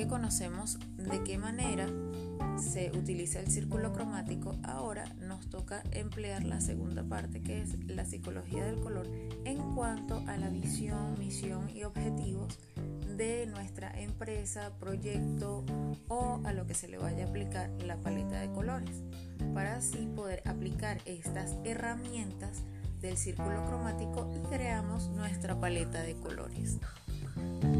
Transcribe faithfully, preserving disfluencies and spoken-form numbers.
que conocemos de qué manera se utiliza el círculo cromático, ahora nos toca emplear la segunda parte, que es la psicología del color, en cuanto a la visión, misión y objetivos de nuestra empresa, proyecto o a lo que se le vaya a aplicar la paleta de colores, para así poder aplicar estas herramientas del círculo cromático y creamos nuestra paleta de colores.